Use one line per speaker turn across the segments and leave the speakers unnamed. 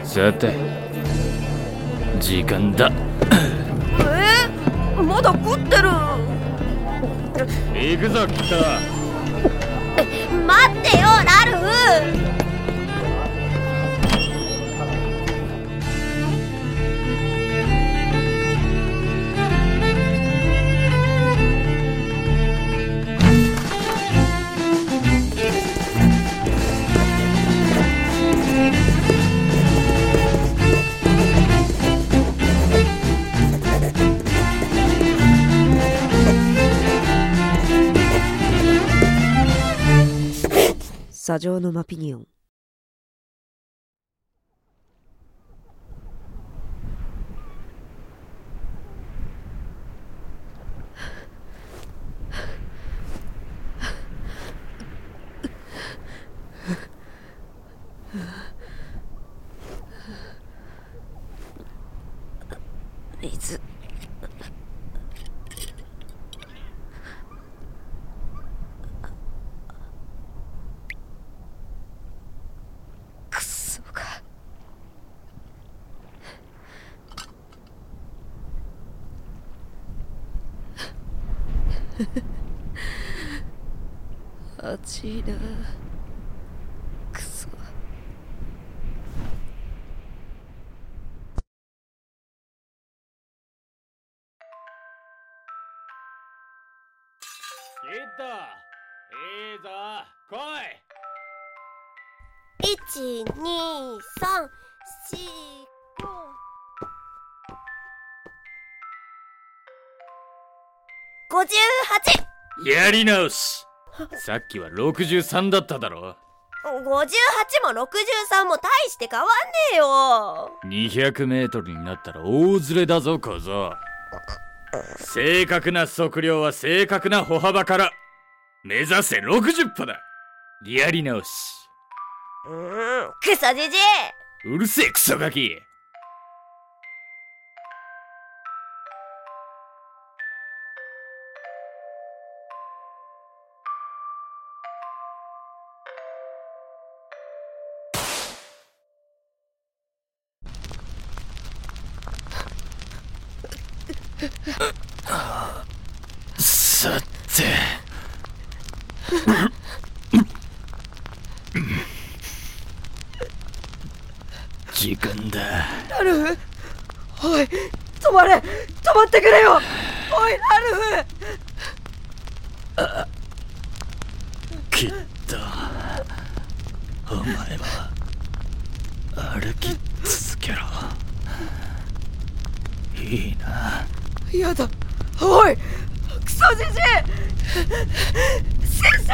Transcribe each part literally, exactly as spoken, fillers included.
さて時間だ。
えー、まだ食ってる。
行くぞキッド。
待ってよラルフ。砂上のマピニオン。水。くそが。暑いな。くそ。
キッド、いいぞ、来
いち、に、さん、よん、ご。ごじゅうはち。
い。やり直し。さっきはろくじゅうさんだっただろ。
ごじゅうはちもろくじゅうさんも大して変わんねえよ。
にひゃくメートルになったら大ずれだぞ小僧。正確な測量は正確な歩幅から。目指せろくじゅっぽだ。やり直し。
うーん、クソじじい。
うるせえクソガキ。さて時間だ。
ラルフ、おい止まれ、止まってくれよ。おいラルフ。
あ、きっとお前は歩き続けろ。いいな。
やだ、おいクソじじい。師匠。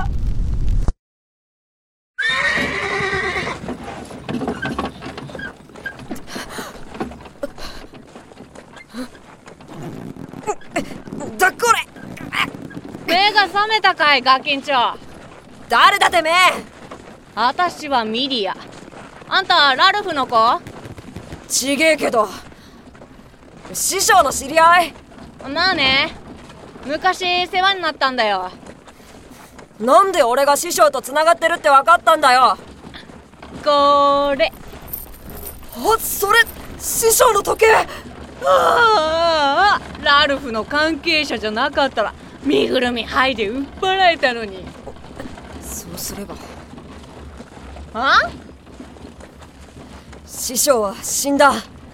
だこれ。
目が覚めたかいガキンチョ。
誰だてめえ。
あたしはミリア。あんたラルフの子？
ちげえけど師匠の知り合い。
まあね、昔世話になったんだよ。
なんで俺が師匠と繋がってるって分かったんだよ。
これ。
あ、それ師匠の時計。
ああ、ラルフの関係者じゃなかったら身ぐるみ剥いで売っ払えたのに。
そうすれば。
あ？
師匠は死んだ。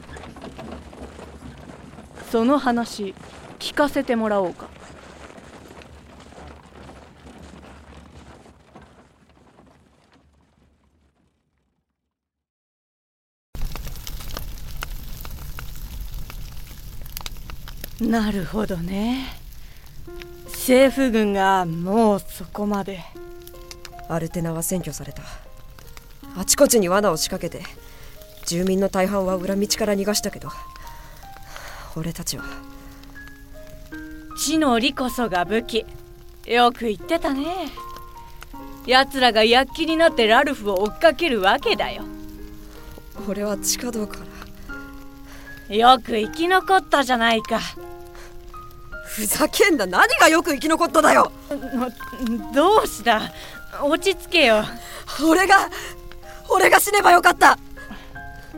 その話聞かせてもらおうか。なるほどね。政府軍がもうそこまで。
アルテナは占拠された。あちこちに罠を仕掛けて住民の大半は裏道から逃がしたけど、俺たちは
地の利こそが武器。よく言ってたね。奴らが躍起になってラルフを追っかけるわけだよ。
俺は地下道から。
よく生き残ったじゃないか。
ふざけんな。何がよく生き残っただよ。
どうした？落ち着けよ。
俺が俺が死ねばよかった。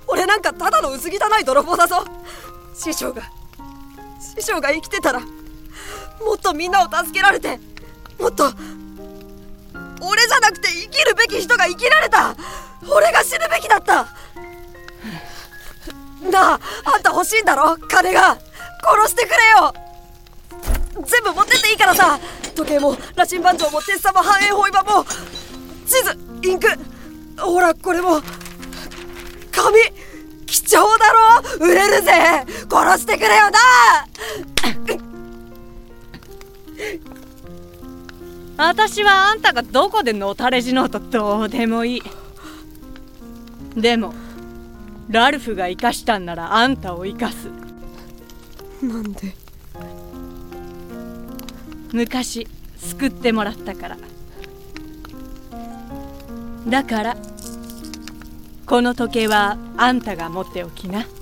俺なんかただの薄汚い泥棒だぞ。師匠が師匠が生きてたらもっとみんなを助けられて、もっと俺じゃなくて生きるべき人が生きられた。俺が死ぬべきだった。なあ、あんた欲しいんだろ金が。殺してくれよ。全部持ってっていいからさ。時計も羅針盤定も鉄砂も半円方位板も地図、インク、ほらこれも紙、貴重だろ。売れるぜ。殺してくれよな。
私はあんたがどこでのたれ死のうとどうでもいい。でもラルフが生かしたんならあんたを生かす。
なんで？
昔救ってもらったから。だからこの時計はあんたが持っておきな。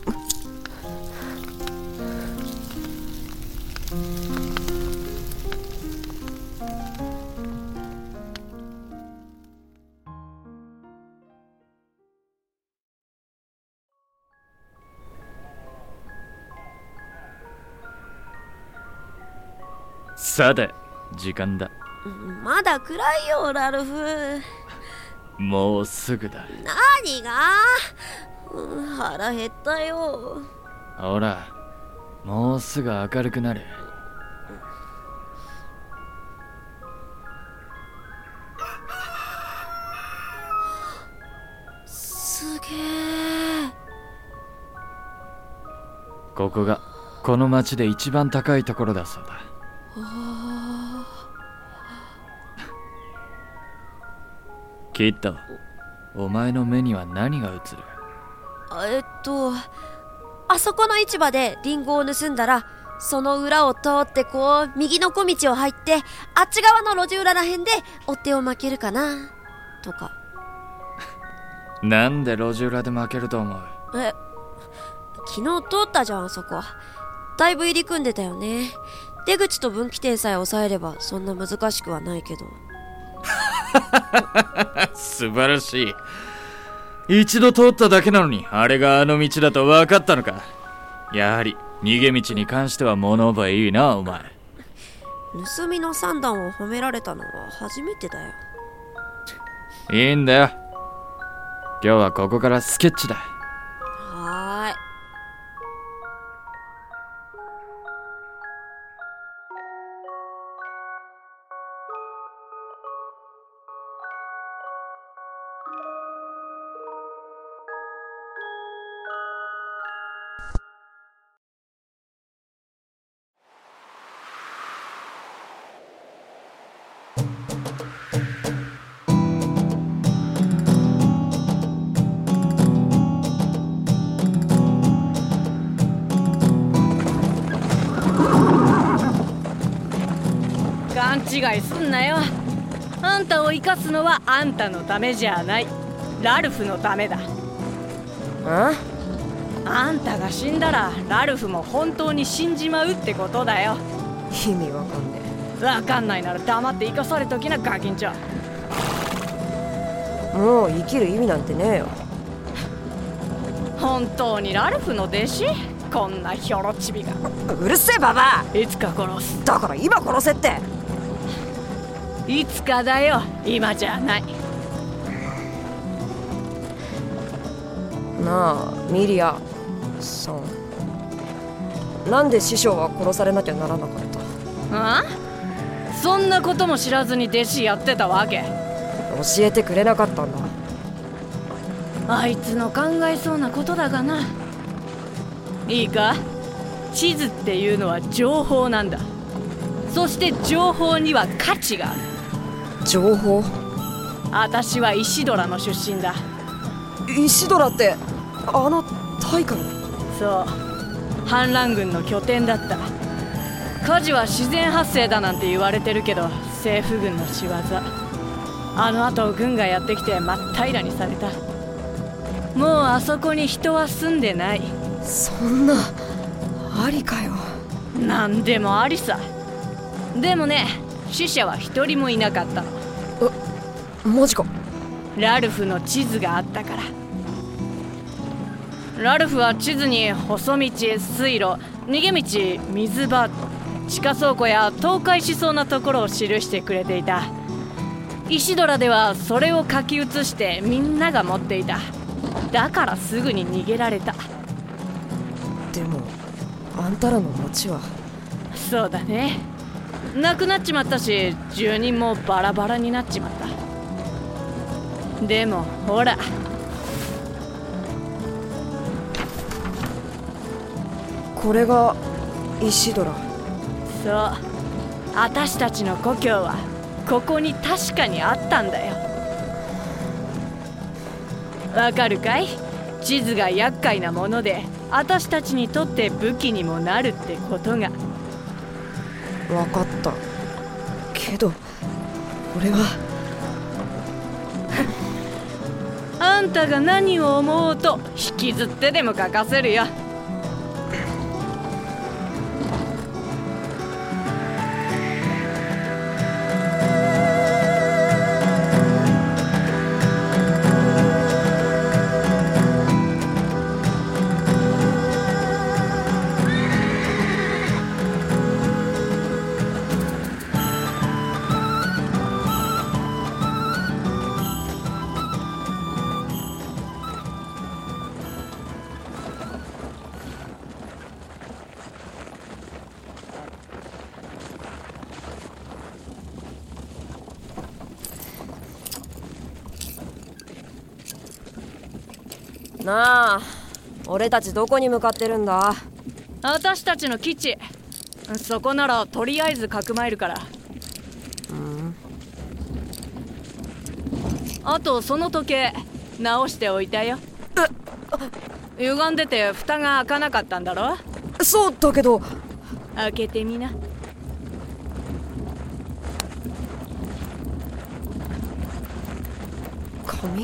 さて時間だ。
まだ暗いよラルフ。
もうすぐだ。
何が、うん、腹減ったよ。
ほらもうすぐ明るくなる。
すげえ。
ここがこの町で一番高いところだそうだ。キッド、お前の目には何が映る？
えっとあそこの市場でリンゴを盗んだら、その裏を通ってこう右の小道を入ってあっち側の路地裏らへんで追っ手を負けるかなとか。
なんで路地裏で負けると思う？
え、昨日通ったじゃんあそこ。だいぶ入り組んでたよね。出口と分岐点さえ抑えればそんな難しくはないけど。
素晴らしい。一度通っただけなのにあれがあの道だと分かったのか。やはり逃げ道に関しては物覚えいいなお前。
盗みの三段を褒められたのは初めてだよ。
いいんだよ、今日はここからスケッチだ。
はーい。
勘違いすんなよ。あんたを生かすのはあんたのためじゃない、ラルフのためだ。
あ？
あんたが死んだらラルフも本当に死んじまうってことだよ。
意味わかんね
わかんないなら黙って生かされときなガキンチョ。
え。もう生きる意味なんてねえよ。
本当にラルフの弟子？こんなひょろちびが。
うるせえババア。
いつか殺す。
だから今殺せって。
いつかだよ、今じゃない。
なあミリアさん、なんで師匠は殺されなきゃならなかった？
あ？そんなことも知らずに弟子やってたわけ？
教えてくれなかったんだ。
あいつの考えそうなことだがな。いいか、地図っていうのは情報なんだ。そして情報には価値がある。
情報？
私はイシドラの出身だ。
イシドラってあの大火の？
そう、反乱軍の拠点だった。火事は自然発生だなんて言われてるけど政府軍の仕業。あの後軍がやってきて真っ平らにされた。もうあそこに人は住んでない。
そんなありかよ。
なんでもありさ。でもね、死者は一人もいなかったの。
え、マジか。
ラルフの地図があったから。 ラルフは地図に細道、水路、逃げ道、水場、地下倉庫や倒壊しそうなところを記してくれていた。イシドラではそれを書き写してみんなが持っていた。だからすぐに逃げられた。
でもあんたらの町は。
そうだね、なくなっちまったし、住人もバラバラになっちまった。でもほら、
これがイシドラ。
そう、私たちの故郷はここに確かにあったんだよ。わかるかい？地図が厄介なもので、私たちにとって武器にもなるってことが。
わかった。けど俺は
あんたが何を思おうと引きずってでも書かせるよ。
なあ、俺たちどこに向かってるんだ？
私たちの基地。そこならとりあえずかくまえるから。
うん。
あとその時計直しておいたよ。え、歪んでて蓋が開かなかったんだろ？
そうだけど。
開けてみな。
紙？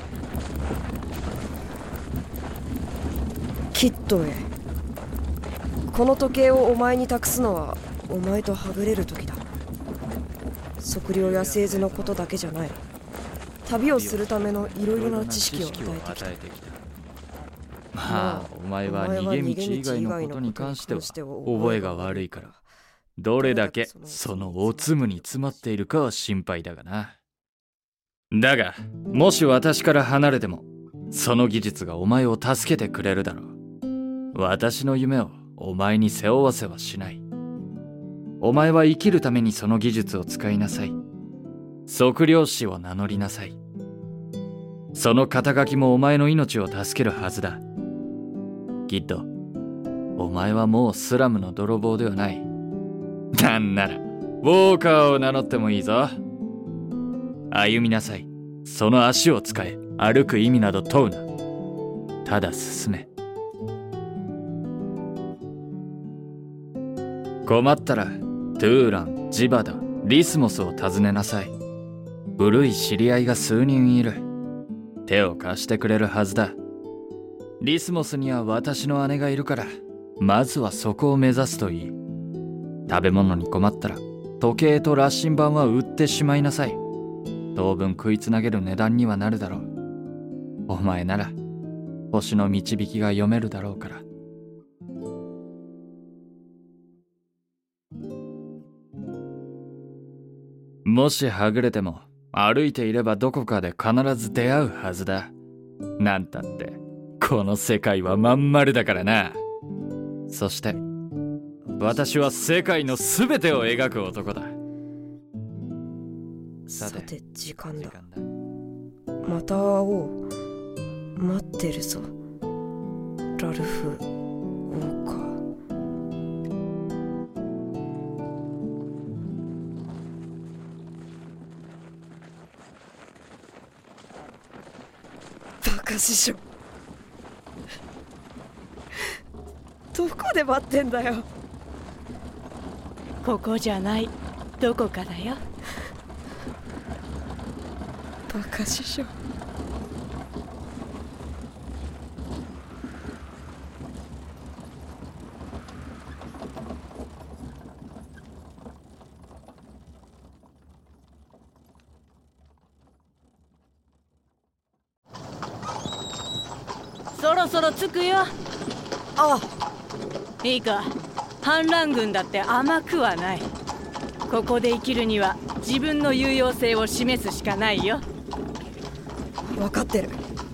キッドへ。この時計をお前に託すのはお前とはぐれる時だ。測量や製図のことだけじゃない、旅をするためのいろいろな知識を与えてきた。
まあお前は逃げ道以外のことに関しては覚えが悪いから、どれだけそのおつむに詰まっているかは心配だがな。だがもし私から離れてもその技術がお前を助けてくれるだろう。私の夢をお前に背負わせはしない。お前は生きるためにその技術を使いなさい。測量士を名乗りなさい。その肩書きもお前の命を助けるはずだ。きっとお前はもうスラムの泥棒ではない。なんならウォーカーを名乗ってもいいぞ。歩みなさい。その足を使え。歩く意味など問うな。ただ進め。困ったらトゥーラン、ジバダ、リスモスを訪ねなさい。古い知り合いが数人いる。手を貸してくれるはずだ。リスモスには私の姉がいるから、まずはそこを目指すといい。食べ物に困ったら時計と羅針盤は売ってしまいなさい。当分食いつなげる値段にはなるだろう。お前なら星の導きが読めるだろうから。もしはぐれても歩いていればどこかで必ず出会うはずだ。なんたってこの世界はまん丸だからな。そして私は世界のすべてを描く男だ。
さて、さて時間だ。また会おう。待ってるぞラルフ・ウォーカー。バカ師匠、どこで待ってんだよ。
ここじゃない、どこかだよ。
バカ師匠。
そろろそろ着くよ。
ああ、
いいか、反乱軍だって甘くはない。ここで生きるには自分の有用性を示すしかないよ。
分かってる。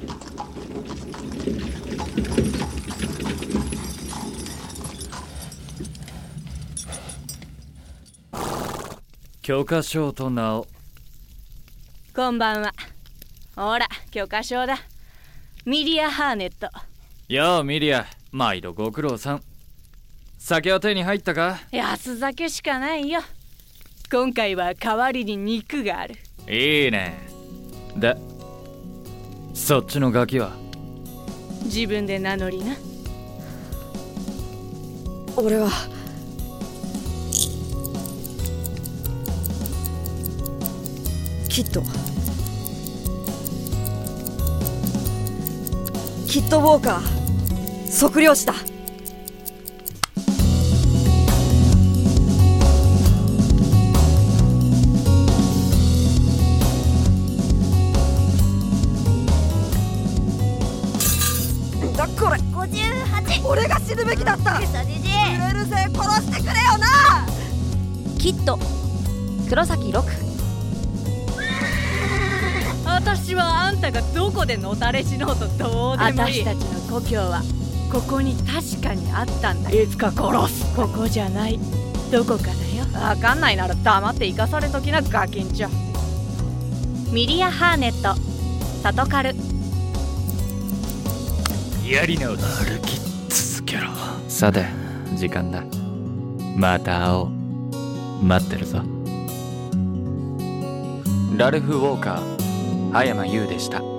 許可証と名を。
こんばんは。ほら、許可証だ。ミリア・ハーネット。
ようミリア、毎度ご苦労さん。酒は手に入ったか？
安酒しかないよ。今回は代わりに肉がある。
いいね。で、そっちのガキは？
自分で名乗りな。
俺はキッドキッドウォーカー測量士だ。だこれ
ごじゅうはち。
俺が死ぬべきだった。
うさじじ
ウルゼ殺してくれよな。
キッド黒崎六。
私はあんたがどこでのたれ死のうとどうでもいい。私たちの故郷はここに確かにあったんだ。いつか殺す。ここじゃない、どこかだよ。わかんないなら黙って生かされときな、ガキンチョ。ミリア・ハーネット、サトカル。
やり直す。歩き続けろ。さて、時間だ。また会おう。待ってるぞ。ラルフ・ウォーカー、葉山優でした。